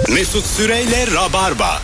Mesut Süreyle Rabarba.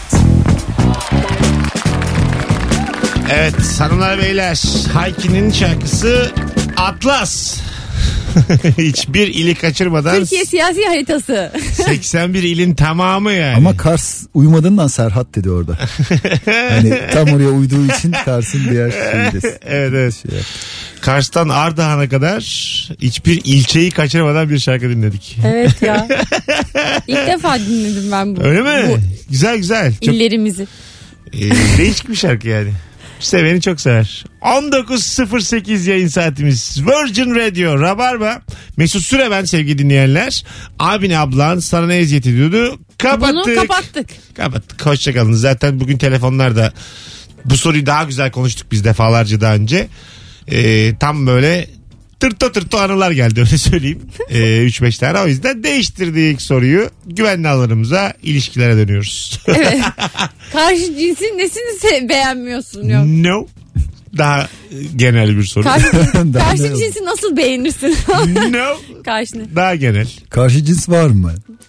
Evet hanımlar beyler, Hayki'nin şarkısı Atlas. Hiçbir ili kaçırmadan Türkiye siyasi haritası. 81 ilin tamamı yani. Ama Kars uymadığından Serhat dedi orada. Hani tam oraya uyduğu için Kars'ın diğer şeyi. Evet. Kars'tan Ardahan'a kadar hiçbir ilçeyi kaçırmadan bir şarkı dinledik. Evet ya. İlk defa dinledim ben bu. Öyle mi? Bu Güzel. Çok illerimizi. değişik bir şarkı yani. Seveni çok sever. 19.08 yayın saatimiz. Virgin Radio Rabarba. Mesut Süre ben sevgili dinleyenler. Abine ablan sana ne eziyet ediyordu? Kapattık. Bunu kapattık. Hoşçakalın. Zaten bugün telefonlarda bu soruyu daha güzel konuştuk biz defalarca daha önce. Tam böyle tırto anılar geldi öyle söyleyeyim. 3-5 tane, o yüzden değiştirdik soruyu. Güvenli alanımıza, ilişkilere dönüyoruz. Evet. Karşı cinsin nesini beğenmiyorsun yok. No. Daha genel bir soru. Karşı cinsi nasıl beğenirsin? No. Karşını. Daha genel. Karşı cins var mı?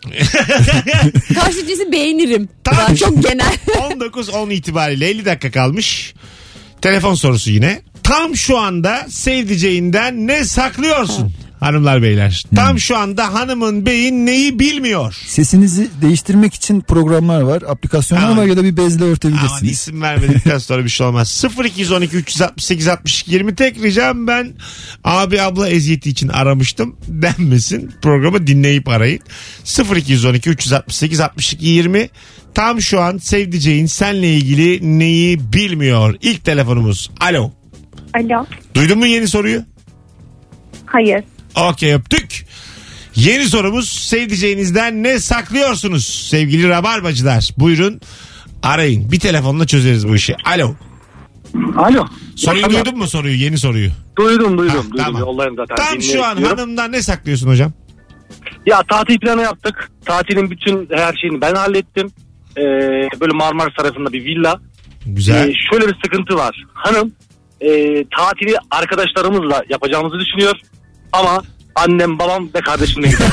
Karşı cinsi beğenirim. Tamam. Daha çok genel. 19-10 itibariyle 50 dakika kalmış. Telefon sorusu yine. Tam şu anda sevdiceğinden ne saklıyorsun? Hanımlar beyler. Tam şu anda hanımın beyin neyi bilmiyor? Sesinizi değiştirmek için programlar var, aplikasyonlar var ya da bir bezle örtebilirsiniz. Aman isim vermedikten sonra bir şey olmaz. 0212 368 62 20 tek ricam, ben abi abla eziyeti için aramıştım denmesin. Programı dinleyip arayın. 0212 368 62 20. Tam şu an sevdiceğin seninle ilgili neyi bilmiyor? İlk telefonumuz. Alo. Alo. Duydun mu yeni soruyu? Hayır. Okey, öptük. Yeni sorumuz, sevdiceğinizden ne saklıyorsunuz sevgili rabarbacılar? Buyurun arayın. Bir telefonla çözeriz bu işi. Alo. Alo. Soruyu duydun mu, yeni soruyu? Duydum. Tamam. Yollarım zaten. Tam şu an hanımdan ne saklıyorsun hocam? Ya tatil planı yaptık. Tatilin bütün her şeyini ben hallettim. Böyle Marmaris tarafında bir villa. Güzel. Şöyle bir sıkıntı var. Hanım tatili arkadaşlarımızla yapacağımızı düşünüyor. Ama annem, babam ve kardeşimle gidiyor.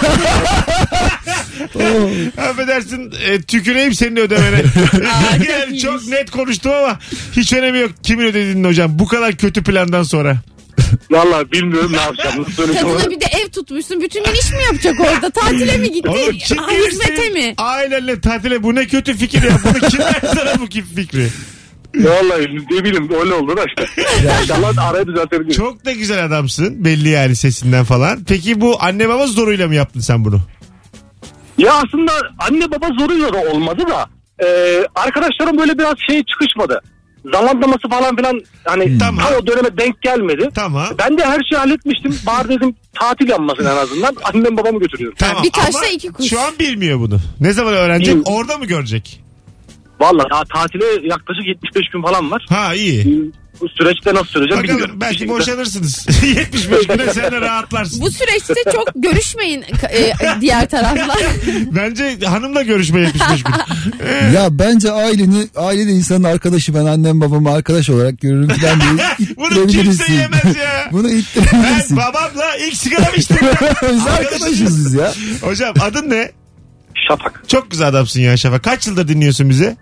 Affedersin, tüküreyim senin ödemene. Yani çok net konuştum ama hiç önemi yok kimin ödediğinin hocam. Bu kadar kötü plandan sonra. Vallahi bilmiyorum ne yapacağım. Kadına bir de ev tutmuşsun. Bütün gün iş mi yapacak orada? Tatile mi gitti? Oğlum, kim bilir Hizmete senin mi? ailenle tatile, bu ne kötü fikir ya. Bunu kim verdi sana bu fikri? Vallahi ne bileyim öyle oldu da işte. İnşallah arayı düzeltebiliriz. Çok da güzel adamsın belli yani sesinden falan. Peki bu anne baba zoruyla mı yaptın sen bunu? Ya aslında anne baba zoruyla da olmadı da arkadaşlarım böyle biraz çıkışmadı. Zamanlaması falan filan hani tam o döneme denk gelmedi. Tamam. Ben de her şeyi halletmiştim. Bari dedim tatil yapmasın en azından. Annem babamı götürüyorum. Tamam. Bir taşla Ama iki kuş. şu an bilmiyor bunu. Ne zaman öğrenecek? Bilmiyorum. Orada mı görecek? Vallahi tatile yaklaşık 75 gün falan var. Ha, iyi. Bu süreçte nasıl süreceğim bilmiyorum. Bakalım belki boşanırsınız. 75 güne sen de rahatlarsın. Bu süreçte çok görüşmeyin diğer taraflar. Bence hanımla görüşme 75 gün. Ya bence ailede insanın arkadaşı, ben annem babamı arkadaş olarak görürüm falan diye Bunu kimse yemez ya. Bunu Ben ittirebilirsin. babamla ilk sigaramı içtim. Biz arkadaşız biz ya. Hocam adın ne? Şafak. Çok güzel adamsın ya Şafak. Kaç yıldır dinliyorsun bizi?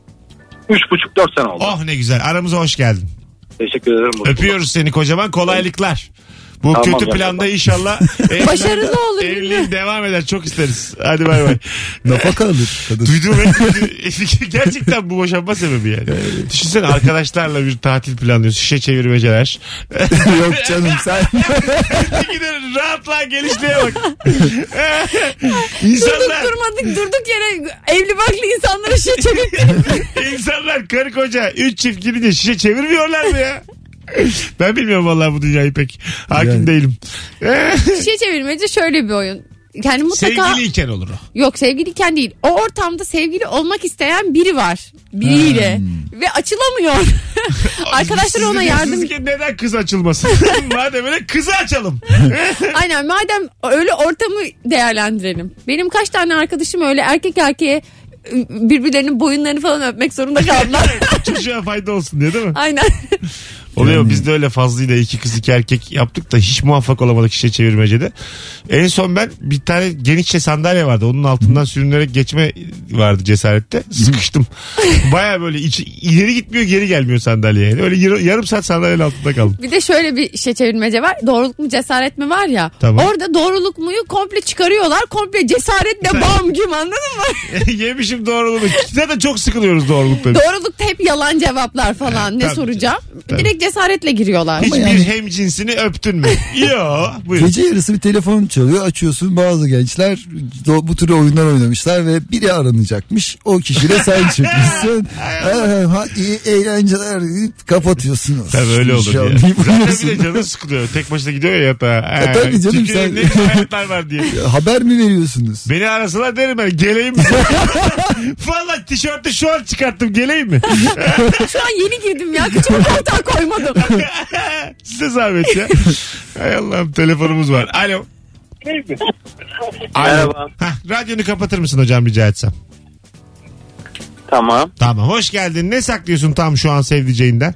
3,5-4 sene oldu. Oh ne güzel. Aramıza hoş geldin. Teşekkür ederim. Öpüyoruz seni kocaman. Kolaylıklar. Bu Tamam, kötü planda inşallah Başarılı olur. evliliğin devam eder. Çok isteriz. Hadi bay bay. Nafaka alır kadın. Duyduğum gerçekten bu boşanma sebebi yani. Düşünsene arkadaşlarla bir tatil planlıyorsun. Şişe çevirmeceler. Yok canım sen. Gidelim rahatlığa gelişmeye bak. İnsanlar, Durduk yere evli barklı insanlara şişe çevirip insanlar karı koca 3 çift gidince şişe çevirmiyorlar mı ya? Ben bilmiyorum vallahi bu dünyayı pek. Hakim Yani. değilim. şişe çevirmece şöyle bir oyun. Yani mutlaka Sevgiliyken olur o. yok, sevgiliyken değil. O ortamda sevgili olmak isteyen biri var. Biriyle. Ve açılamıyor. Arkadaşlar ona yardım. Sizin neden kız açılmasın? Madem öyle kızı açalım. Aynen, madem öyle ortamı değerlendirelim. Benim kaç tane arkadaşım öyle erkek erkeğe birbirlerinin boyunlarını falan öpmek zorunda kaldılar. Çocuğa fayda olsun diye değil mi? Aynen. Oluyor Yani- biz de öyle Fazlı'yla 2 kız 2 erkek yaptık da hiç muvaffak olamadık şişe çevirmecede. En son ben bir tane genişçe sandalye vardı. Onun altından sürünerek geçme vardı cesarette. Sıkıştım. Baya böyle ileri gitmiyor geri gelmiyor sandalyeye. Yani. Öyle yarım saat sandalyenin altında kaldım. Bir de şöyle bir şey çevirmece var. Doğruluk mu cesaret mi var ya. Tamam. Orada doğruluk muyu komple çıkarıyorlar. Komple cesaretle bam güm, anladın mı? Yemişim doğruluğunu. Zaten çok sıkılıyoruz doğrulukta. Doğrulukta hep yalan cevaplar falan. Ne Tabii. soracağım? Tabii. Direkt cesaretle giriyorlar. Hiçbir yani- hem cinsini öptün mü? Yok. Buyurun. Gece yarısı bir telefon çalıyor, açıyorsun, bazı gençler bu tür oyunlar oynamışlar ve biri aranacakmış, o kişi de sen çıkmışsın. İyi eğlenceler deyip kapatıyorsun. Tabii öyle olur Şu an ya. deyip Zaten bir uyuyorsun. de canın sıkılıyor. Tek başına gidiyor ya yatağa. Tabii canım, Türkiye'de sen- ne güzel hayatlar var diye. Haber mi veriyorsunuz? Beni arasalar derim ben geleyim mi? Valla tişörtü şu an çıkarttım geleyim mi? Şu an yeni girdim ya. Kıçımı koltuğa koymadım. Size zahmet ya. Hay Allah'ım telefonumuz var. Alo. Merhaba. Hah, radyonu kapatır mısın hocam rica etsem? Tamam. Tamam hoş geldin. Ne saklıyorsun tam şu an sevdiceğinden?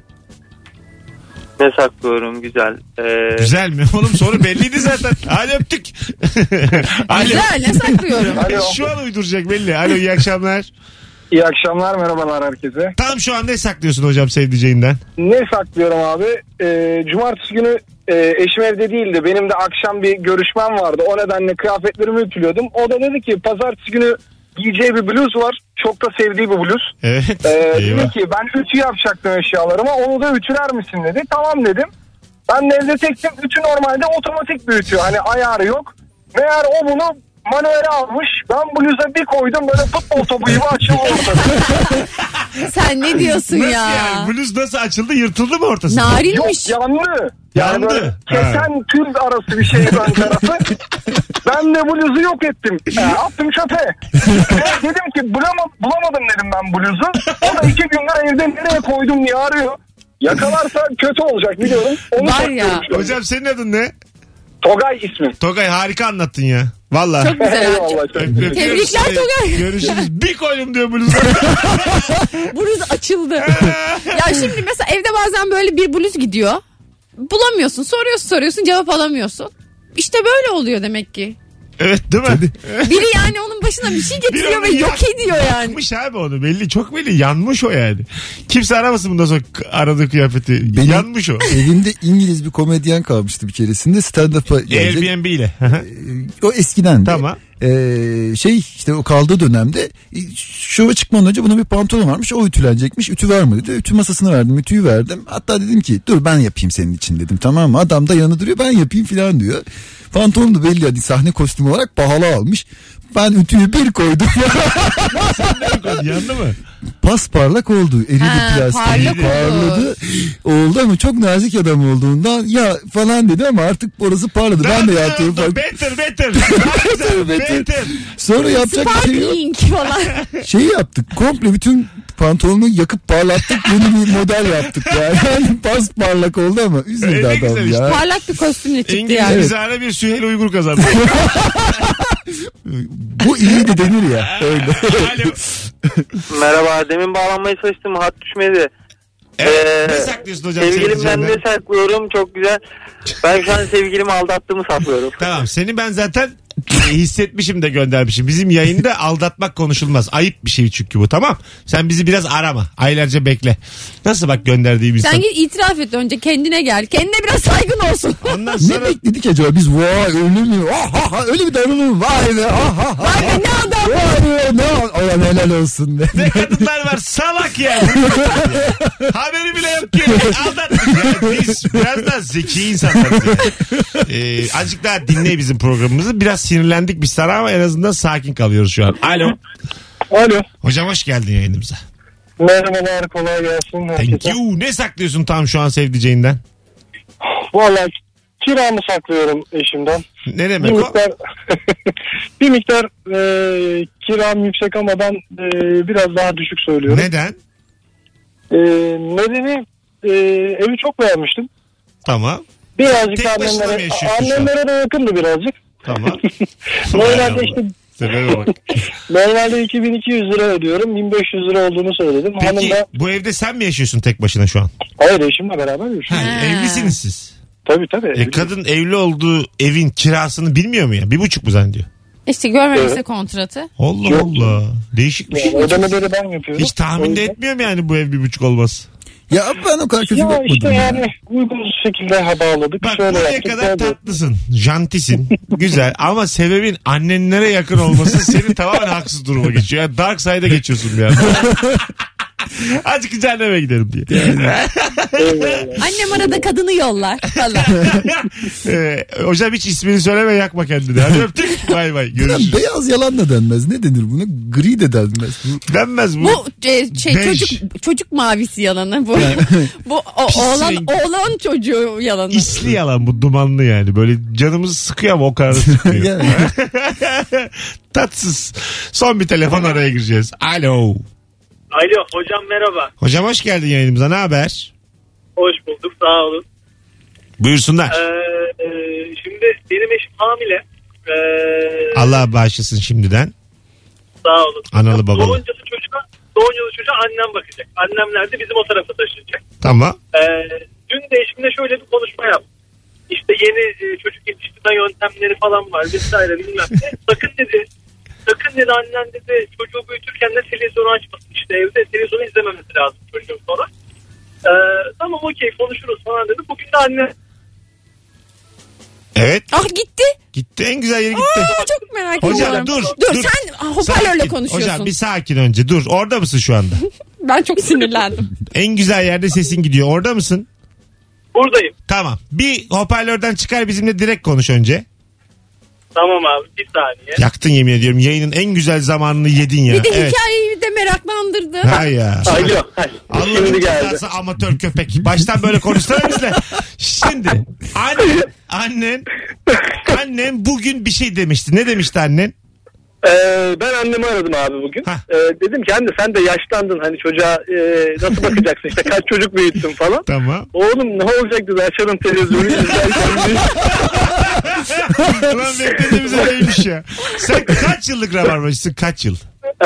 Ne saklıyorum güzel. Güzel mi? Oğlum soru belliydi zaten. Hadi öptük. Alo. Güzel, ne saklıyorum? Şu an uyduracak belli. Alo iyi akşamlar. İyi akşamlar, merhabalar herkese. Tam şu an ne saklıyorsun hocam sevdiceğinden? Ne saklıyorum abi? Cumartesi günü eşim evde değildi. Benim de akşam bir görüşmem vardı. O nedenle kıyafetlerimi ütülüyordum. O da dedi ki pazartesi günü giyeceği bir bluz var. Çok da sevdiği bir bluz. Evet. Dedi Eyvah. ki ben ütü yapacaktım eşyalarıma. Onu da ütüler misin dedi. Tamam dedim. Ben de evde tektim. Ütü normalde otomatik bir ütü. Hani ayarı yok. Meğer o bunu manuele almış. Ben bluza bir koydum, böyle futbol topu gibi açıldı ortada. Sen ne diyorsun Nasıl ya? yani? Bluz nasıl açıldı? Yırtıldı mı ortası? Yok, Narinmiş. yandı. Yani Yandı. böyle kesen tül arası bir şey ön tarafı. Ben de bluzu yok ettim. Attım çöpe. Dedim ki bulamadım dedim ben bluzu. O da 2 gündür evde nereye koydum diye arıyor. Yakalarsa kötü olacak biliyorum. Onu Var saklıyorum ya. şu an. Hocam senin adın ne? Togay ismi. Togay harika anlattın ya. Valla. Çok güzel. Eyvallah. Öpüyoruz Tebrikler seni. Togay. Görüşürüz. Bir koydum diyor bluzu. Bluz açıldı. Ya şimdi mesela evde bazen böyle bir bluz gidiyor. Bulamıyorsun. Soruyorsun cevap alamıyorsun. İşte böyle oluyor demek ki. Evet değil mi? Biri yani onun başına bir şey getiriyor ve onu yok ediyor yani. Yakmış abi onu belli. Çok belli. Yanmış o yani. Kimse aramasın bundan sonra aradığı kıyafeti. Benim Yanmış o. evimde İngiliz bir komedyen kalmıştı bir keresinde, stand-up'a gelecek. Airbnb ile. O eskiden de. Tamam. İşte o kaldığı dönemde şova çıkmadan önce buna bir pantolon varmış, o ütülenecekmiş, ütü vermedi de ütü masasını verdim, ütüyü verdim, hatta dedim ki dur ben yapayım senin için dedim, tamam mı, adam da yanı duruyor, ben yapayım filan diyor. Pantolon da belli, hani sahne kostümü olarak pahalı almış, ben ütüyü bir koydum. Yandı mı? Pasparlak oldu, eridi plastiği, parlak parladı oldu ama çok nazik adam olduğundan ya falan dedi ama artık orası parladı, ben de yaptım. Better. Better. Sonra yapacak bir şey yok. Sparkling falan. Şeyi yaptık, komple bütün pantolonu yakıp parlattık, yeni bir model yaptık yani. Pas parlak oldu ama üzüldü Ne adam güzel ya. işte. Parlak bir kostümle çıktı İngiliz yani. Evet. mizahına bir Süheyl Uygur kazandı. Bu iyi de denir ya öyle. Alo. Merhaba, demin bağlanmaya çalıştım, hat düşmedi. Evet, ne saklıyorsun hocam? Sevgilimden sevdiceğinden? ne saklıyorum, çok güzel. Ben şu an sevgilimi aldattığımı saklıyorum. Tamam seni ben zaten hissetmişim de göndermişim. Bizim yayında aldatmak konuşulmaz. Ayıp bir şey çünkü bu, tamam. Sen bizi biraz arama. Aylarca bekle. Nasıl bak gönderdiğim insan. Sen git itiraf et önce, kendine gel. Kendine biraz saygın olsun. Ondan Ne sonra bekledik acaba biz, vay öyle mi, öyle bir davranım, vay be, Vay be, ne adam. vay be, ne olan helal olsun be. ne kadınlar var salak ya. Haberi bile yok ki. Aldattık ya. Biz biraz daha zeki insanlarız yani. Azıcık daha dinle bizim programımızı. Biraz sinirlendik biz sana ama en azından sakin kalıyoruz şu an. Alo. Alo. Hocam hoş geldin yayınımıza. Merhabalar, kolay gelsin. Thank you. Ne saklıyorsun tam şu an sevdiceğinden? Vallahi kiramı saklıyorum eşimden. Ne demek o? Bir miktar kiram yüksek ama ben biraz daha düşük söylüyorum. Neden? Nedeni evi çok beğenmiştim. Tamam. Birazcık Tek başına mı yaşıyorsun şu an? annemlere de yakındı birazcık. Tamam. Normalde işte Sebebe bak. Normalde 2200 lira ödüyorum. 1500 lira olduğunu söyledim. Hanım Peki da bu evde sen mi yaşıyorsun tek başına şu an? hayır eşimle beraber yaşıyoruz. Ha, evlisiniz siz. Tabii. Kadın evli olduğu evin kirasını bilmiyor mu ya? 1,5 mu zannediyor? İşte görmemişse kontratı. Allah Yok. Allah. Değişikmiş. Yani ödemeleri ben yapıyorum. Hiç tahmin de etmiyorum yani bu ev 1,5 olmaz. Ya ben o kadar kötü Ya bakmadım. işte yani uygun şekilde bağladık. Bak Şöyle buraya yaptık, kadar böyle. tatlısın. Jantisin. Güzel ama sebebin annenlere yakın olması seni tamamen haksız duruma geçiyor. Yani dark side'a geçiyorsun bir anda. Azıcık cehenneme gidelim diye. Annem arada kadını yollar falan. Hocam hiç ismini söyleme, yakma kendini. Hadi öptük. Bay bay. Ya Görüşürüz. beyaz yalan da denmez. Ne denir buna? Gri de denmez. Denmez bu. Bu Bej. çocuk mavisi yalanı bu. Bu Pis oğlan renk. çocuğu yalanı. İsli yalan bu, dumanlı yani. Böyle canımızı sıkıyor ama o kadar da sıkmıyor. Yani. Tatsız. Son bir telefon, araya gireceğiz. Alo. Alo hocam merhaba. Hocam hoş geldin yayınımıza. Ne haber? Hoş bulduk sağ olun. Buyursunlar. Şimdi benim eşim hamile. Allah bağışlasın şimdiden. Sağ olun. Analı babalı. Doğuncalı çocuğa annem bakacak. Annemler de bizim o tarafa taşınacak. Tamam. Dün de eşimle şöyle bir konuşma yaptım. İşte yeni çocuk yetiştirme yöntemleri falan var vesaire bilmem ne. Sakın dedi annen dedi çocuğu büyütürken de televizyonu açmasın. İşte evde televizyonu izlememesi lazım çocuğun sonra. Tamam okey konuşuruz falan dedi. Bugün de anne. Evet. Ah gitti. Gitti, en güzel yere gitti. Aa, çok merak Hocam ediyorum. dur. Sen hoparlörle Sakin. konuşuyorsun. Hocam bir sakin önce dur. Orada mısın şu anda? Ben çok sinirlendim. En güzel yerde sesin gidiyor. Orada mısın? Buradayım. Tamam. Bir hoparlörden çıkar, bizimle direkt konuş önce. Tamam abi bir saniye. Yaktın yemin ediyorum. Yayının en güzel zamanını yedin ya. Bir de Evet. hikayeyi de meraklandırdı. Hay ya. Alo. Allah'ın Şimdi geldi. cezası amatör köpek. Baştan böyle konuşsana bizle. Şimdi annen bugün bir şey demişti. Ne demişti annen? Ben annemi aradım abi bugün. Hah. Dedim ki anne sen de yaşlandın hani çocuğa nasıl bakacaksın işte kaç çocuk büyüttün falan. Tamam. Oğlum ne olacak dedi açarım televizyonu izlerken. Ulan beklediğimize neymiş ya. Sen kaç yıllık rabarbacısın? Kaç yıl?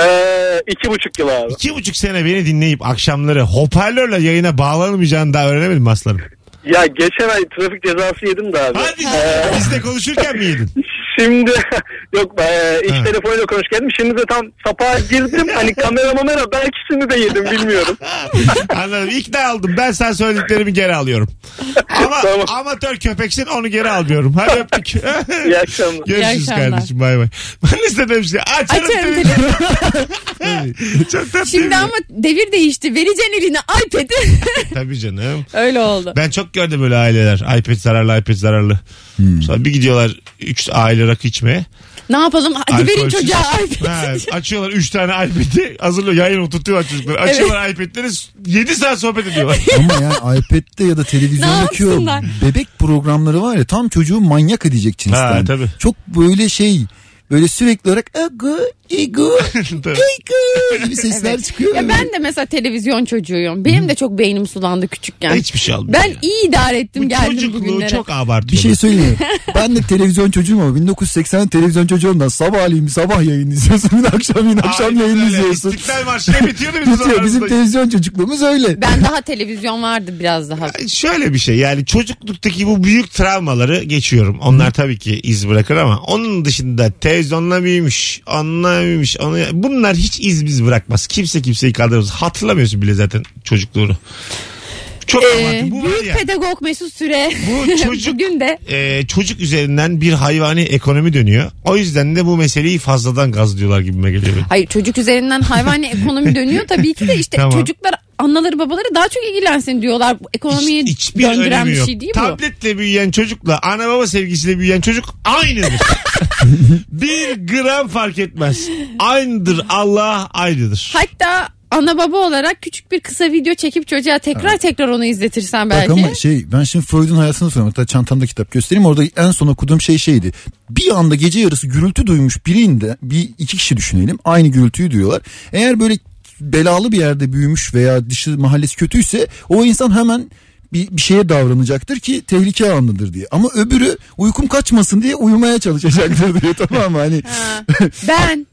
2,5 yıl abi. 2,5 sene beni dinleyip akşamları hoparlörle yayına bağlanamayacağını daha öğrenemedim mi aslanım? Ya geçen ay trafik cezası yedim de abi. Hadi biz de konuşurken mi yedin? Şimdi yok iş Ha. telefonuyla konuş geldim. Şimdi de tam sapağa girdim. Hani kamera belki şimdi de yedim bilmiyorum. Anladım. İkna oldum. Ben sen söylediklerimi geri alıyorum. Ama Tamam. amatör köpeksin, onu geri almıyorum. Hadi öptük. İyi akşamlar. Görüşürüz İyi akşamlar. kardeşim, bay bay. Ben istedim işte. Açarım Açarım televizyonu. Çok tatlı. Şimdi ama devir değişti. Vereceksin eline iPad'i. Tabii canım. Öyle oldu. Ben çok gördüm böyle aileler. iPad zararlı. Sonra bir gidiyorlar 3 aile rakı içmeye. Ne yapalım? Hadi verin Alkolsüz. çocuğa Ha, iPad. açıyorlar 3 tane iPad'i, hazırlıyor, yayın oturtuyorlar çocukları. Açıyorlar iPad'leri, 7 saat sohbet ediyorlar. Ama yani iPad'de ya da televizyondaki o yapsınlar? bebek programları var ya tam çocuğu manyak edecek cinsten. Ha, tabii. Çok böyle böyle sürekli olarak ego gibi sesler Evet. çıkıyor. Ya ben de mesela televizyon çocuğuyum. Benim de çok beynim sulandı küçükken. Hiçbir şey olmuyor. Ben iyi idare ettim Bu geldim çocukluğu bugünlere. çok abartıyor. Bir şey söyleyeyim. Ben de televizyon çocuğum ama 1980 televizyon çocuğumdan sabah yayın izliyorsun. Bir de akşam yayın izliyorsun. İstiklal Marşı'na bitiyordu bizim Bitiyor. Bizim zamanımızda. televizyon çocukluğumuz öyle. Ben daha televizyon vardı biraz daha. Şöyle bir şey, yani çocukluktaki bu büyük travmaları geçiyorum. Onlar tabii ki iz bırakır ama onun dışında televizyonla büyümüş, onunla büyümüş. Bunlar hiç iz biz bırakmaz. Kimse kimseyi kaldırmaz. Hatırlamıyorsun bile zaten çocukluğunu. Çok abartı. Bu var Büyük ya. pedagog Mesut Süre. Bu çocuk Bugün de çocuk üzerinden bir hayvani ekonomi dönüyor. O yüzden de bu meseleyi fazladan gazlıyorlar gibime geliyor benim. hayır çocuk üzerinden hayvani ekonomi dönüyor tabii ki de işte Tamam. çocuklar anaları babaları daha çok ilgilensin diyorlar. Bu ekonomiyi Hiçbir döndüren önemi bir yok. şey değil bu. Tabletle büyüyen çocukla ana baba sevgisiyle büyüyen çocuk aynıdır. Bir gram fark etmez. Aynıdır. Allah aynıdır. Hatta ana baba olarak küçük bir kısa video çekip çocuğa tekrar onu izletirsen Bak belki. ama ben şimdi Freud'un hayatını soruyorum. Hatta çantamda kitap göstereyim. Orada en son okuduğum şeydi. Bir anda gece yarısı gürültü duymuş birinde iki kişi düşünelim. Aynı gürültüyü duyuyorlar. Eğer böyle belalı bir yerde büyümüş veya dışı mahallesi kötüyse o insan hemen bir şeye davranacaktır ki tehlike anlıdır diye. Ama öbürü uykum kaçmasın diye uyumaya çalışacaktır diye, tamam mı? Hani Ben.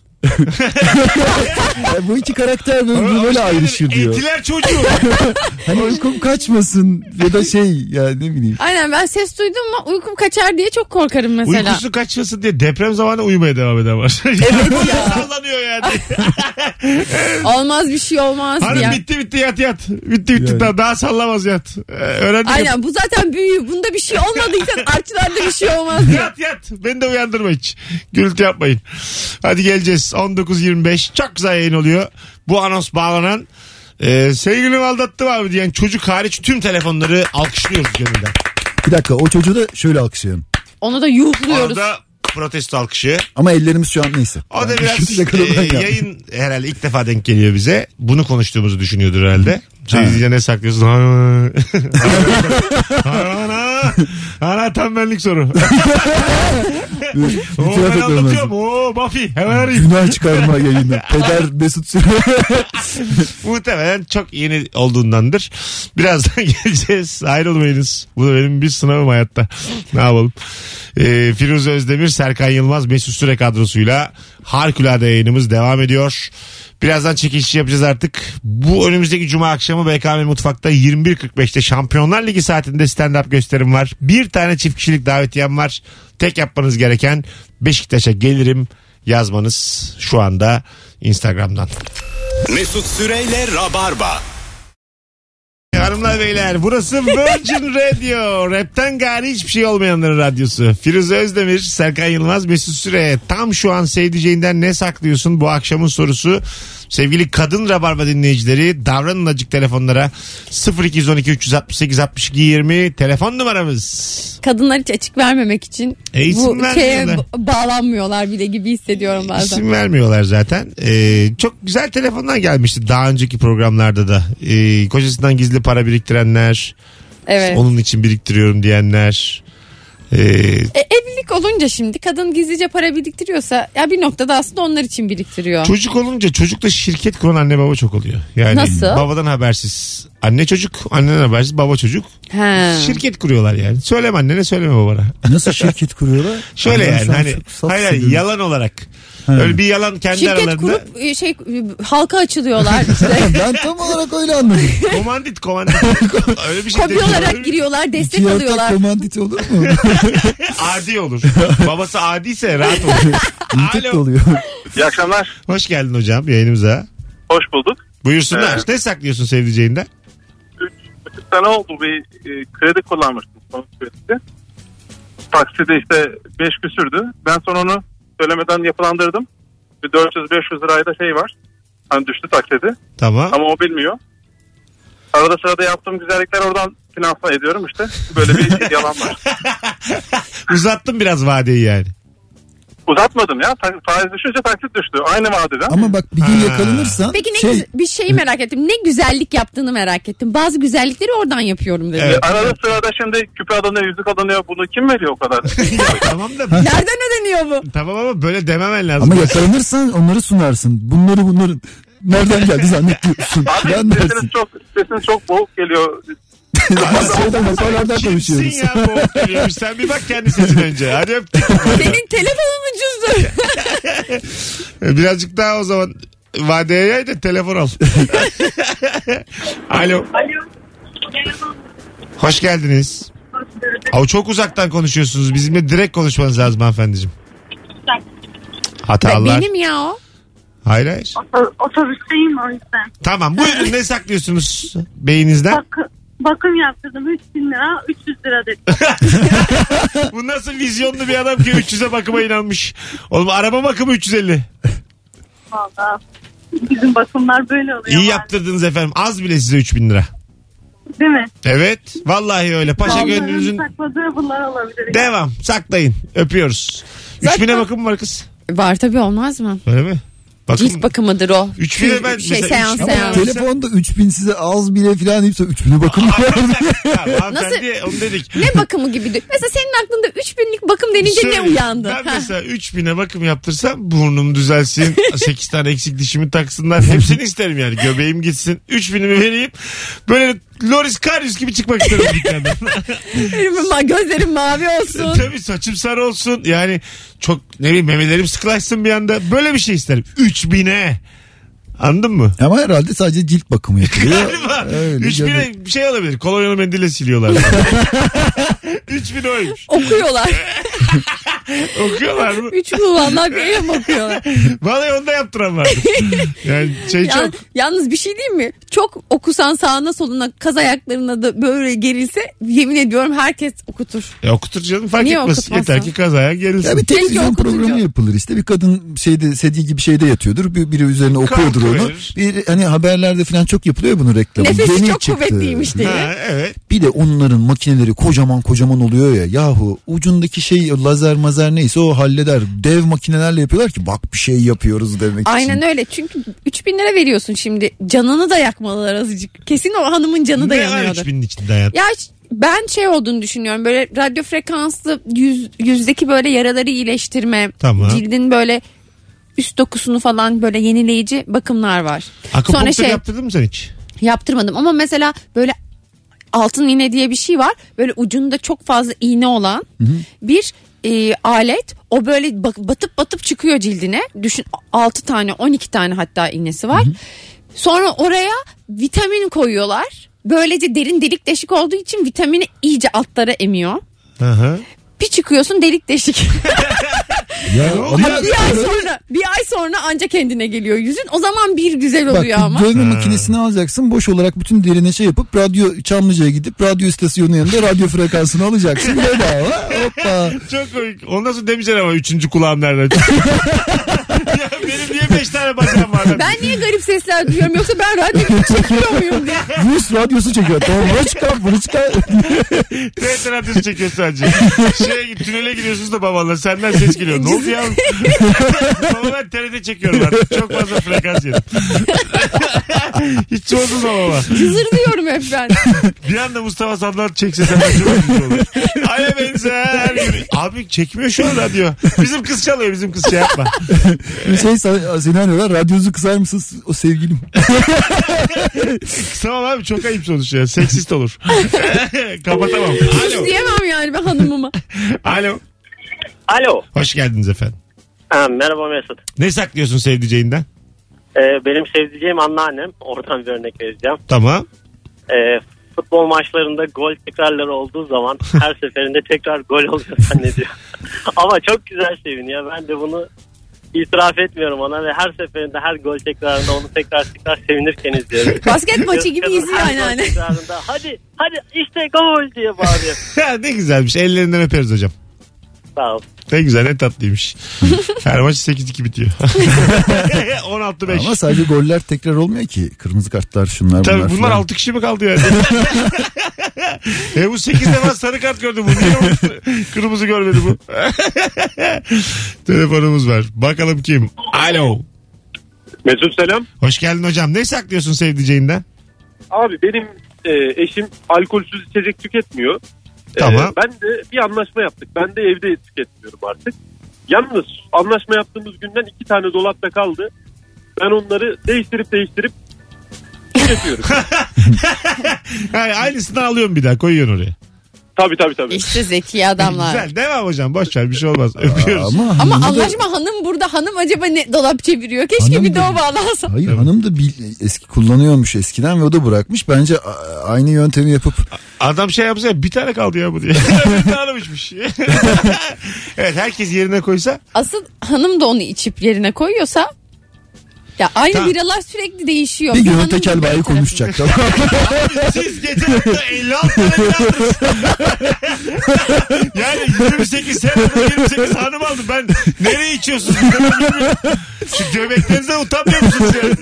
bu iki karakter böyle ayrışır diyor. Etiler çocuğu. Hani uykum kaçmasın ya da ya ne bileyim. Aynen, ben ses duydum mu uykum kaçar diye çok korkarım mesela. Uykusu kaçmasın diye deprem zamanı uyumaya devam eden var. Evet ya. Sallanıyor yani. Olmaz bir şey olmaz Hanım diye. bitti yat. Bitti Yani. daha sallamaz yat. Öğrendik. Aynen, bu zaten büyü. Bunda bir şey olmadıysa artçılarda bir şey olmaz diye. Yat. Beni de uyandırma hiç. Gürültü yapmayın. Hadi geleceğiz. 19.25. Çok güzel yayın oluyor. Bu anons bağlanan sevgilim aldattı abi diyen çocuk hariç tüm telefonları alkışlıyoruz gönülden. Bir dakika, o çocuğu da şöyle alkışlayalım. Onu da yuhluyoruz. Orada protesto alkışı. Ama ellerimiz şu an neyse. O da Yani biraz şu dakikada ben yaptım. yayın herhalde ilk defa denk geliyor bize. Bunu konuştuğumuzu düşünüyordur herhalde. Diyece ne saklıyorsun? Ana tam benlik soru. İtiraf Ben etmem anlatıyorum. lazım. Buffy hemen arayayım. Günah çıkarma yayını. Peder Mesut Süre. Muhtemelen çok yeni olduğundandır. Birazdan geleceğiz. Ayrılmayınız. Bu da benim bir sınavım hayatta. Ne yapalım? Firuze Özdemir, Serkan Yılmaz, Mesut Süre kadrosuyla harikulade yayınımız devam ediyor. Birazdan çekilişi yapacağız artık. Bu önümüzdeki cuma akşamı BKM Mutfak'ta 21.45'te Şampiyonlar Ligi saatinde stand-up gösterim var. Bir tane çift kişilik davetiyem var. Tek yapmanız gereken Beşiktaş'a gelirim yazmanız şu anda Instagram'dan. Mesut Süreyle Rabarba. Hanımlar beyler, burası Virgin Radio. Rap'ten gari hiçbir şey olmayanların radyosu. Firuze Özdemir, Serkan Yılmaz, Mesut Süre. Tam şu an sevdiceğinden ne saklıyorsun? Bu akşamın sorusu. Sevgili kadın Rabarba dinleyicileri, davranın azıcık telefonlara. 0212 368 62 20 telefon numaramız. Kadınlar hiç açık vermemek için İsim bu şeye vermiyorlar. bağlanmıyorlar bile gibi hissediyorum bazen. İsim vermiyorlar zaten. Çok güzel telefonlar gelmişti daha önceki programlarda da. Kocasından gizli para biriktirenler, Evet. onun için biriktiriyorum diyenler. Evlilik olunca şimdi kadın gizlice para biriktiriyorsa ya bir noktada aslında onlar için biriktiriyor. Çocuk olunca çocukta şirket kuran anne baba çok oluyor. Yani Nasıl? babadan habersiz anne çocuk, anneden habersiz baba çocuk. He. Şirket kuruyorlar yani. Söyleme annene, söyleme babana. Nasıl şirket kuruyorlar? Şöyle Ben yani şu an hani çok saf hayır hissediyorum. yalan olarak. He. Öyle bir yalan kendi Şirket aralarında. kurup halka açılıyorlar işte. Ben tam olarak öyle anladım. Komandit. Öyle bir şey Kobi demiyorum. olarak giriyorlar, destek İki alıyorlar. ortak komanditi olur mu? Adi olur. Babası adiyse rahat olur. İntek de Alo. oluyor. İyi akşamlar. Hoş geldin hocam yayınımıza. Hoş bulduk. Buyursunlar. Evet. Ne saklıyorsun sevdiceğinden? 3 sene oldu bir kredi kullanmıştım. Son süresi. Takside işte 5 küsürdü. Ben sonra onu söylemeden yapılandırdım. Bir 400-500 lirayda şey var. Hani düştü taksidi. Tamam. Ama o bilmiyor. Arada sırada yaptığım güzellikler oradan finanse ediyorum işte. Böyle bir yalan var. Uzattım biraz vadeyi yani. Uzatmadım ya. Faiz düşünce taksit düştü. Aynı vadeden. Ama bak bir gün yakalanırsan Peki bir şeyi merak ettim. Ne güzellik yaptığını merak ettim. Bazı güzellikleri oradan yapıyorum dedi. Evet. Arada sırada şimdi küpe alınıyor, yüzük alınıyor. Bunu kim veriyor o kadar? Tamam da Nereden ödeniyor bu? tamam ama böyle dememen lazım. ama yakalanırsan onları sunarsın. Bunları nereden geldi zannediyorsun? Abi Ben dersin. sesiniz çok boğuk geliyor. Biz şeyden hoparlardan Kimsin konuşuyoruz. ya bu geliyormuş. Sen bir bak kendi sesine önce. Hadi öptük. Senin telefonun ucuzdur. Birazcık daha o zaman vadeye yay da telefon al. Alo. Hoş geldiniz. Ama çok uzaktan konuşuyorsunuz. Bizimle direkt konuşmanız lazım hanımefendiciğim. Hatalar. Benim ya o. Hayır. Otobüsteyim o yüzden. Tamam, buyurun ne saklıyorsunuz beyninizden? Bakım yaptırdım 3.000 lira 300 lira dedi. Bu nasıl vizyonlu bir adam ki 300'e bakıma inanmış. Oğlum araba bakımı 350. Valla bizim bakımlar böyle oluyor. İyi yaptırdınız efendim. Az bile size 3000 lira. Değil mi? Evet. Vallahi öyle. Paşa Vallahi gönlünüzün sakladığı bunlar olabilir. devam. Saklayın. Öpüyoruz. 3000'e bakım mı var kız? Var tabii, olmaz mı? Öyle mi? Bakım. Cilt bakımıdır o. 3000'e ben şey, mesela seans 3000'e seans. versen- Telefonda 3000 size az bile falan deyip 3000'e bakın. Hanımefendi onu dedik. Ne bakımı gibi? Mesela senin aklında 3000'lik bakım denince ne Söyle, uyandı? Ben Ha. mesela 3000'e bakım yaptırsam burnum düzelsin. 8 tane eksik dişimi taksınlar. Hepsini isterim yani. Göbeğim gitsin. 3000'imi vereyim. Böyle Loris Karius gibi çıkmak isterim dükkandan. Gözlerim mavi olsun. Tabii saçım sarı olsun. Yani çok ne bileyim memelerim sıkılaşsın bir anda. Böyle bir şey isterim. 3000'e. Anladın mı? Ama herhalde sadece cilt bakımı yapılıyor. Öyle 3000'e bir şey alabilir. Kolonyalı mendille siliyorlar. 3000 oymuş. Okuyorlar. Okuyorlar mı? 3 kullanlar bir ev okuyorlar. Vallahi onu da yaptıran vardır. Yani çok. Yalnız bir şey diyeyim mi? Çok okusan sağına soluna kaz ayaklarına da böyle gerilse yemin ediyorum herkes okutur. Okutur canım fark Niye etmez. okutmasın? Yeter ki kaz ayağı gerilsin. Ya bir televizyon okutucu. programı yapılır işte. Bir kadın sedye gibi şeyde yatıyordur. Biri üzerine okuyordur onu. Bir hani haberlerde falan çok yapılıyor bunun reklamı. Nefesi Yeni çok çıktı. kuvvetliymiş diye. Ha, evet. Bir de onların makineleri kocaman oluyor ya. Yahu ucundaki şey lazer mazer neyse o halleder. Dev makinelerle yapıyorlar ki bak bir şey yapıyoruz demek için. Aynen öyle. Çünkü 3000 lira veriyorsun şimdi. Canını da yakmalılar azıcık. Kesin o hanımın canı da Ne var yanıyordur. 3000'in içinde hayat? Ya ben şey olduğunu düşünüyorum. Böyle radyo frekanslı yüzdeki böyle yaraları iyileştirme. Tamam. Cildin böyle üst dokusunu falan böyle yenileyici bakımlar var. Akupunktur yaptırdın mı sen hiç? Yaptırmadım ama mesela böyle altın iğne diye bir şey var. Böyle ucunda çok fazla iğne olan bir alet. O böyle batıp çıkıyor cildine. Düşün 6 tane 12 tane hatta iğnesi var. Sonra oraya vitamin koyuyorlar. Böylece derin delik deşik olduğu için vitamini iyice altlara emiyor. Hı. Bir çıkıyorsun delik deşik. Ya, bir ay sonra anca kendine geliyor yüzün. O zaman bir güzel oluyor bak, ama. Dövme makinesini alacaksın. Boş olarak bütün derine şey yapıp Çamlıca'ya gidip radyo istasyonu yanında radyo frekansını alacaksın. Bedava. Hoppa. Çok komik. Ondan sonra demişler ama 3. kulağım nereden çıktı? Ya benim niye 5 tane bacağım var? Ben niye garip sesler duyuyorum yoksa ben radyo çekiyor muyum diye. Rus radyosu çekiyor. Tamam bunu çıkar. TRT radyosu çekiyor sadece. Tünele gidiyorsunuz da babanla senden ses geliyor. Ne oldu ya? Baba ben TRT çekiyorum artık. Çok fazla frekans yedim. Hiç bozulma baba. Cızır diyorum hep ben. Bir anda Mustafa Sandal çekse senden çok güzel olur. Aya benzer. Abi çekmiyor şu an radyo. Bizim kız çalıyor, bizim kız şey yapma. Seni arıyorlar. Radyonuzu kısar mısınız o sevgilim? Kısamam abi çok ayıp sonuç ya. Seksist olur. Kapatamam. Alo. Diyemem yani ben hanımıma. Alo. Alo. Hoş geldiniz efendim. Merhaba Mesut. Ne saklıyorsun sevdiceğinden? Benim sevdiceğim anneannem. Oradan bir örnek vereceğim. Tamam. Futbol maçlarında gol tekrarları olduğu zaman her seferinde tekrar gol oluyor zannediyor. Ama çok güzel seviniyor. Ben de bunu itiraf etmiyorum ona ve her seferinde her gol tekrarında onu tekrar sevinirken izliyorum. Basket maçı gibi izliyor Her gol anneanne. tekrarında hadi işte gol diye bağırıyor. Ne güzelmiş. Ellerinden öperiz hocam. Sağ ol. Ne güzel, ne tatlıymış. Her maç 8-2 bitiyor. 16-5. Ama sadece goller tekrar olmuyor ki. Kırmızı kartlar şunlar Tabii bunlar. bunlar falan. 6 kişi mi kaldı yani? Bu 8 defa sarı kart gördü bu. Niye kırmızı görmedi bu? Telefonumuz var. Bakalım kim? Alo. Mesut selam. Hoş geldin hocam. Ne saklıyorsun sevdiceğinden? Abi benim eşim alkolsüz içecek tüketmiyor. Tamam. Ben de bir anlaşma yaptık. Ben de evde tüketmiyorum artık. Yalnız anlaşma yaptığımız günden 2 tane dolapta kaldı. Ben onları değiştirip tüketiyorum. Yani aynısını alıyorum bir daha koyuyorsun oraya. Tabii. İşte zeki adamlar. Güzel devam hocam, boş ver bir şey olmaz. Öpüyoruz. Ama Ama hanımı da- anlaşma hanım burada. Hanım acaba ne dolap çeviriyor? Keşke Hanım bir de da- o bağlansa. Hayır hanım da eski kullanıyormuş eskiden ve o da bırakmış. Bence aynı yöntemi yapıp Adam şey yapsa ya, bir tane kaldı ya bu diye. Bir tane almışmış. Evet, herkes yerine koysa. Asıl hanım da onu içip yerine koyuyorsa ya aynı Tamam. biralar sürekli değişiyor. bir gün hanım tekel bir bayi tarafı. konuşacak. Tamam. Siz geçen hafta 56 tane aldınız. Yani 28 sen 28 hanım aldım. Ben nereye içiyorsunuz? Şu göbeklerinizden utanmıyor musunuz yani?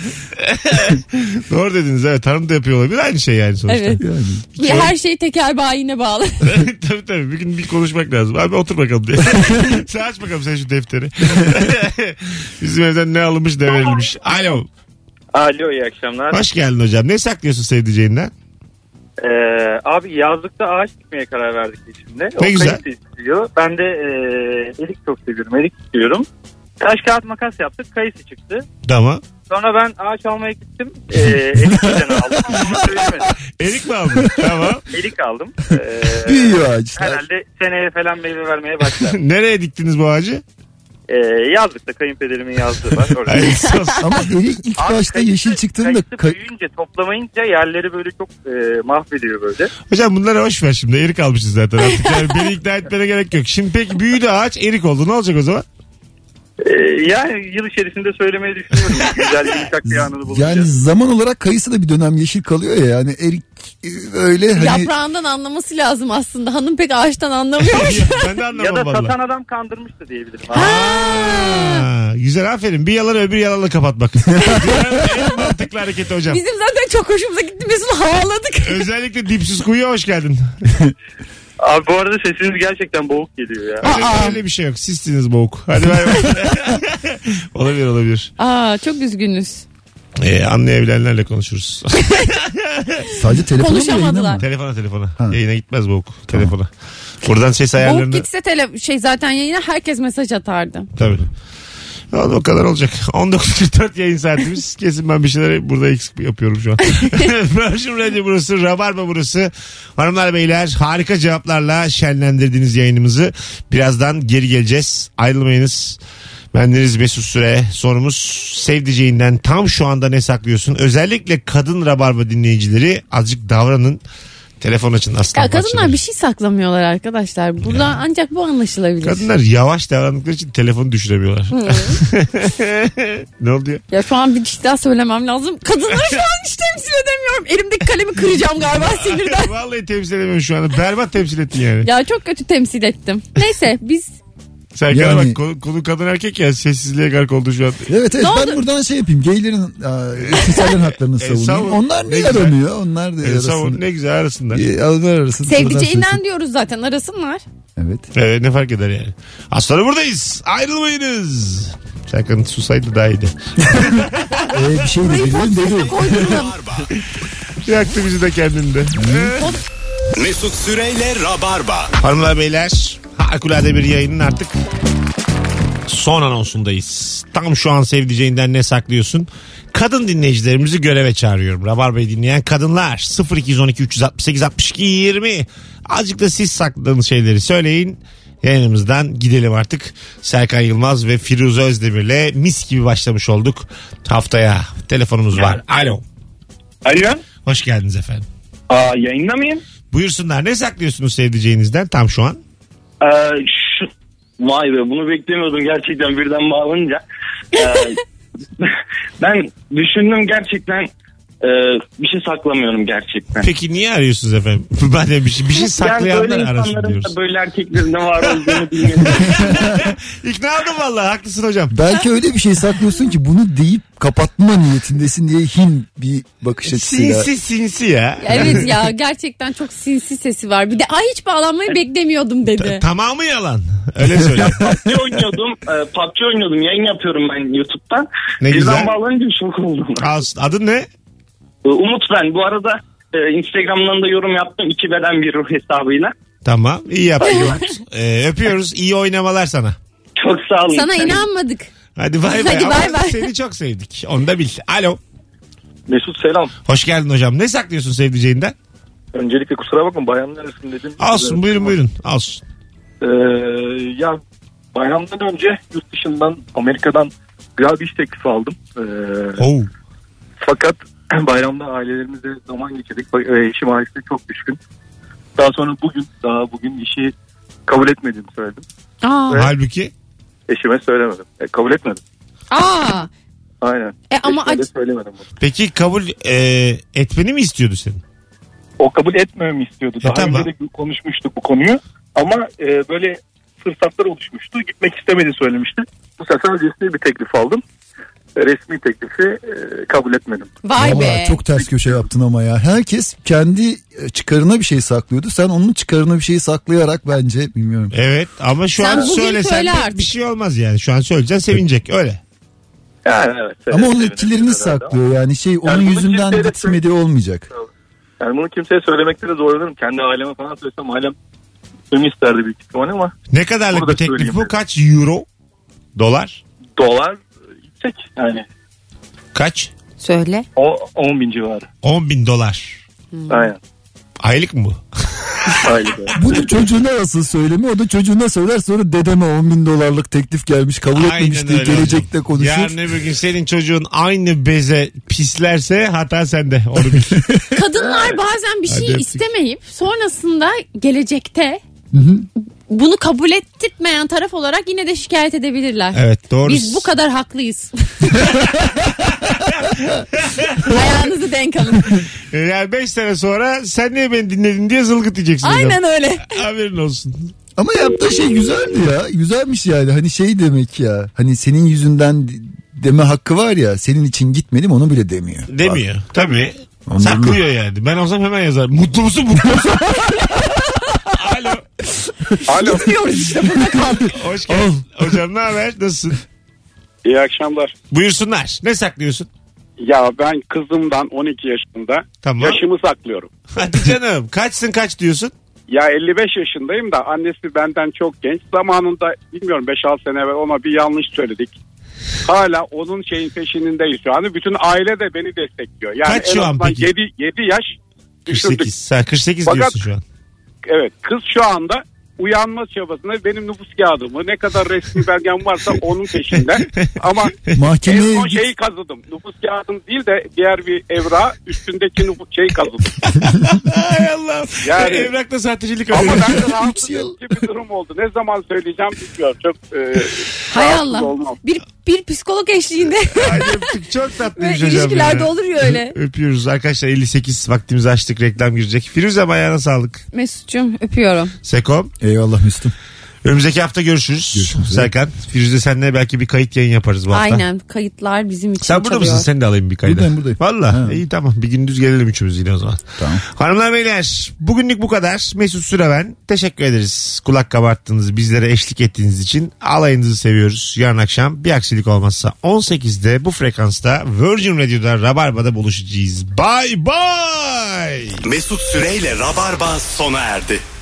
Doğru dediniz, evet, hanım da yapıyor olabilir. Aynı şey yani sonuçta. Evet. Yani. Bir her şey tekel bayine bağlı. Tabii bir gün bir konuşmak lazım. Abi otur bakalım diye. Sen aç bakalım sen şu defteri. Bizim evden ne alınmış ne verilmiş. Alo. Alo, iyi akşamlar. Hoş geldin hocam. Ne saklıyorsun sevdiceğinden? Abi yazlıkta ağaç dikmeye karar verdik eşimle. Ne güzel. Kayısı istiyor. Ben de erik çok seviyorum. Erik istiyorum. Taş kağıt makas yaptık. Kayısı çıktı. Tamam. Sonra ben ağaç almaya gittim. Erik fidanı aldım. Bunu söylemedim. Erik mi aldın? Tamam. Erik aldım. Büyüyor ağaçlar. Herhalde seneye falan meyve vermeye başlar. Nereye diktiniz bu ağacı? Yazdık da kayınpederimin yazdığı var. Orada. Hayırlısı olsun. Ama erik ilk Abi başta yeşil çıktığında kayısı büyüyünce toplamayınca yerleri böyle çok mahvediyor böyle. Hocam bunları hoş ver şimdi. Erik almışız zaten artık. Yani beni ikna etmene gerek yok. Şimdi peki büyüdü ağaç, erik oldu. Ne olacak o zaman? Yani yıl içerisinde söylemeyi düşünüyorum. Güzel yumuşak bir anını bulunca. yani zaman olarak kayısı da bir dönem yeşil kalıyor ya, yani erik öyle hani. Yaprağından anlaması lazım aslında. Hanım pek ağaçtan anlamıyormuş. Ben de anlamam Ya da valla. satan adam kandırmıştı diyebilirim. Güzel, aferin. Bir yalan öbür yalanla kapatmak. En mantıklı hareket hocam. Bizim zaten çok hoşumuza gitti. Mesut havaladık. Özellikle dipsiz kuyuya hoş geldin. Abi bu arada sesiniz gerçekten boğuk geliyor ya. Öyle bir şey yok. Sizsiniz boğuk. Hadi bay bay. Olabilir. Çok üzgünüz. Anlayabilenlerle konuşuruz. Sadece telefona mı, Konuşamadılar. yayına mı? Telefona. Ha. Yayına gitmez boğuk. Telefona. Buradan ses ayarlarını. Boğuk gitse zaten yayına herkes mesaj atardı. Tabii. Oldu, o kadar olacak. 19.44 yayın saatimiz. Kesin ben bir şeyleri burada eksik yapıyorum şu an. Virgin Radio burası. Rabarba burası. Hanımlar beyler, harika cevaplarla şenlendirdiğiniz yayınımızı. Birazdan geri geleceğiz. Ayrılmayınız. Bendeniz Mesut Süre. Sorumuz sevdiceğinden tam şu anda ne saklıyorsun? Özellikle kadın Rabarba dinleyicileri azıcık davranın. Telefon açın aslan. Ya kadınlar bir şey saklamıyorlar arkadaşlar. Burada ancak bu anlaşılabilir. Kadınlar yavaş davrandıkları için telefonu düşüremiyorlar. Ne oldu ya? Ya şu an bir şey daha söylemem lazım. Kadınları şu an hiç temsil edemiyorum. Elimdeki kalemi kıracağım galiba sinirden. Vallahi temsil edemiyorum şu anda. Berbat temsil ettin yani. Ya çok kötü temsil ettim. Neyse biz... Serkan'a Yani- bak, konu kadın erkek ya, sessizliğe gark oldu şu an. Evet Ne ben oldu? buradan şey yapayım. Gaylerin eşcinsellerin haklarını savun. savunayım. Onlar Ne ne güzel. aranıyor? Onlar da Savun, arasında. ne güzel arasınlar. Onlar arasında. Sevdiceğinden diyoruz zaten, arasınlar. Evet. Ne fark eder yani. Az sonra buradayız. Ayrılmayınız. Serkan susaydı daha iyiydi. Bir şey de dedim dedi. Koyduralım. Yaktı bizi de kendinde. Mesut Süreyle Rabarba. Hanımlar beyler, harikulade bir yayının artık son anonsundayız. Tam şu an sevdiceğinden ne saklıyorsun? Kadın dinleyicilerimizi göreve çağırıyorum. Rabarba'yı dinleyen kadınlar 0212 368 62 20. Azıcık da siz sakladığınız şeyleri söyleyin. Yayınımızdan gidelim artık. Serkan Yılmaz ve Firuze Özdemir'le mis gibi başlamış olduk haftaya. Telefonumuz var. Alo. Alo. Hoş geldiniz efendim. Yayında mıyım? Buyursunlar. Ne saklıyorsunuz sevdiceğinizden tam şu an? Vay be, bunu beklemiyordum gerçekten birden bağlanınca. Ben düşündüm gerçekten, bir şey saklamıyorum gerçekten. Peki niye arıyorsunuz efendim? Ben de bir şey saklayanlar yani arasın böyle diyoruz. insanların da böyle erkeklerin de var olduğunu bilmiyorum. İkna oldum vallahi, haklısın hocam. Belki öyle bir şey saklıyorsun ki bunu deyip kapatma niyetindesin diye hin bir bakış açısıyla. Sinsi ya. Evet ya, gerçekten çok sinsi sesi var. Bir de hiç bağlanmayı beklemiyordum dedi. Tamamı yalan. Öyle söyle. PUBG oynuyordum. Yayın yapıyorum ben YouTube'dan. Ne birden güzel. bağlanınca şok oldum. Olsun. Adın ne? Umut ben. Bu arada Instagram'dan da yorum yaptım. 2 beden bir ruh hesabıyla. Tamam. İyi yaptın. Öpüyoruz. İyi oynamalar sana. Çok sağ olun. Sana inanmadık. Hadi bay bay. Hadi Ama bay bay. seni çok sevdik. Onu da bil. Alo. Mesut selam. Hoş geldin hocam. Ne saklıyorsun sevdiceğinden? Öncelikle kusura bakma, bayanlar arasında dedim. Olsun. Buyurun. Olsun. Ya bayramdan önce yurt dışından, Amerika'dan güzel bir iş teklifi aldım. Oo. Fakat bayramda ailelerimize zaman geçirdik. Eşim ailesine çok düşkün. Daha sonra bugün işi kabul etmediğimi söyledim. Halbuki Eşime söylemedim. Kabul etmedim. Aynen. Ama Eşime de söylemedim bunu. peki kabul etmeni mi istiyordu senin? O kabul etmemi istiyordu. Daha tamam. önce de konuşmuştuk bu konuyu. Ama böyle fırsatlar oluşmuştu. Gitmek istemediğini söylemişti. Bu sefer resmi bir teklif aldım. Resmi teklifi kabul etmedim. Vay Vallahi be. çok ters köşe yaptın ama ya. Herkes kendi çıkarına bir şey saklıyordu. Sen onun çıkarına bir şey saklayarak bence bilmiyorum. Evet ama şu Sen an bugün söylesen söyle pek artık. bir şey olmaz yani. Şu an söyleyeceksin, sevinecek öyle. Yani evet. Ama onun etkilerini saklıyor yani şey onun bunu yüzünden kimseye de gitmedi olmayacak. Yani bunu kimseye söylemekte de zorlanırım. Kendi aileme falan söylesem ailem tüm isterdi büyük ihtimalle ama Ne kadarlık Burada bir teklif söyleyeyim bu? yani. Kaç euro? Dolar? dolar yüksek yani. Kaç? Söyle. O 10 bin civarı. 10 bin dolar. Aynen. Aylık mı bu? Aynen. Bunu çocuğuna asıl söyleme. O da çocuğuna söyler, sonra dedeme 10 bin dolarlık teklif gelmiş, kabul etmemiş diye gelecekte hocam. konuşur. Yarın öbür gün senin çocuğun aynı beze pislerse hata sende. Onu bil. Kadınlar bazen bir şey öptük. istemeyip sonrasında gelecekte bunu kabul ettirmeyen taraf olarak yine de şikayet edebilirler. Evet, doğru. Biz bu kadar haklıyız. Ayağınızı denk alın. Yani 5 sene sonra sen niye beni dinledin diye zılgıt diyeceksin. Aynen hocam. öyle. Haberin olsun. Ama yaptığı şey güzeldi ya. Güzelmiş yani. Hani şey demek ya. Hani senin yüzünden deme hakkı var ya. Senin için gitmedim, onu bile demiyor. Demiyor. Tabii. Anladım. Saklıyor yani. Ben olsam hemen yazarım. Mutlu musun? Mutlu musun? Alo. Alo. Diyoruz işte, burada kaldık. Hoş geldin. Hocam ne haber? Nasılsın? İyi akşamlar. Buyursunlar. Ne saklıyorsun? Ya ben kızımdan 12 yaşında Tamam. yaşımı saklıyorum. Hadi canım. Kaçsın kaç diyorsun? Ya 55 yaşındayım da annesi benden çok genç. Zamanında bilmiyorum 5-6 sene evvel ona bir yanlış söyledik. Hala onun şeyin peşinindeyiz şu an. Bütün aile de beni destekliyor. Yani Kaç şu an peki? 7 yaş düşürdük. 48. Sen 48 Fakat- diyorsun şu an. Evet, kız şu anda uyanma çabasında benim nüfus kağıdımı, ne kadar resmi belgem varsa onun peşinde. Ama Mahkemeye en son git. şeyi kazıdım. Nüfus kağıdım değil de diğer bir evra üstündeki nüfus şeyi kazıdım. Ay Allah. Yani- Evrakta sahtecilik Ama arıyor. ben de rahatsız edici bir durum oldu. Ne zaman söyleyeceğim bilmiyorum. Çok Hay rahatsız Allah. oldum. Bir psikolog eşliğinde Ay, öptük. Çok tatlıymış ve hocam. ilişkilerde ya. olur ya öyle. Öpüyoruz. Arkadaşlar 58 vaktimizi açtık. Reklam girecek. Firuze ayağına sağlık. Mesut'cum öpüyorum. Sekom. Eyvallah Mesut'um. Önümüzdeki hafta görüşürüz. Görüşmek üzere. Serkan. Firuze senle belki bir kayıt yayın yaparız bu hafta. Aynen, kayıtlar bizim için Sen burada çalıyor. mısın? Seni de alayım bir kayda. Buradayım. Valla. Ha. İyi tamam. Bir gündüz gelelim üçümüz yine o zaman. Tamam. Hanımlar beyler, bugünlük bu kadar. Mesut Süreven. Teşekkür ederiz. Kulak kabarttığınız, bizlere eşlik ettiğiniz için. Alayınızı seviyoruz. Yarın akşam bir aksilik olmazsa 18'de bu frekansta Virgin Radio'da Rabarba'da buluşacağız. Bye bye. Mesut Süreyle Rabarba sona erdi.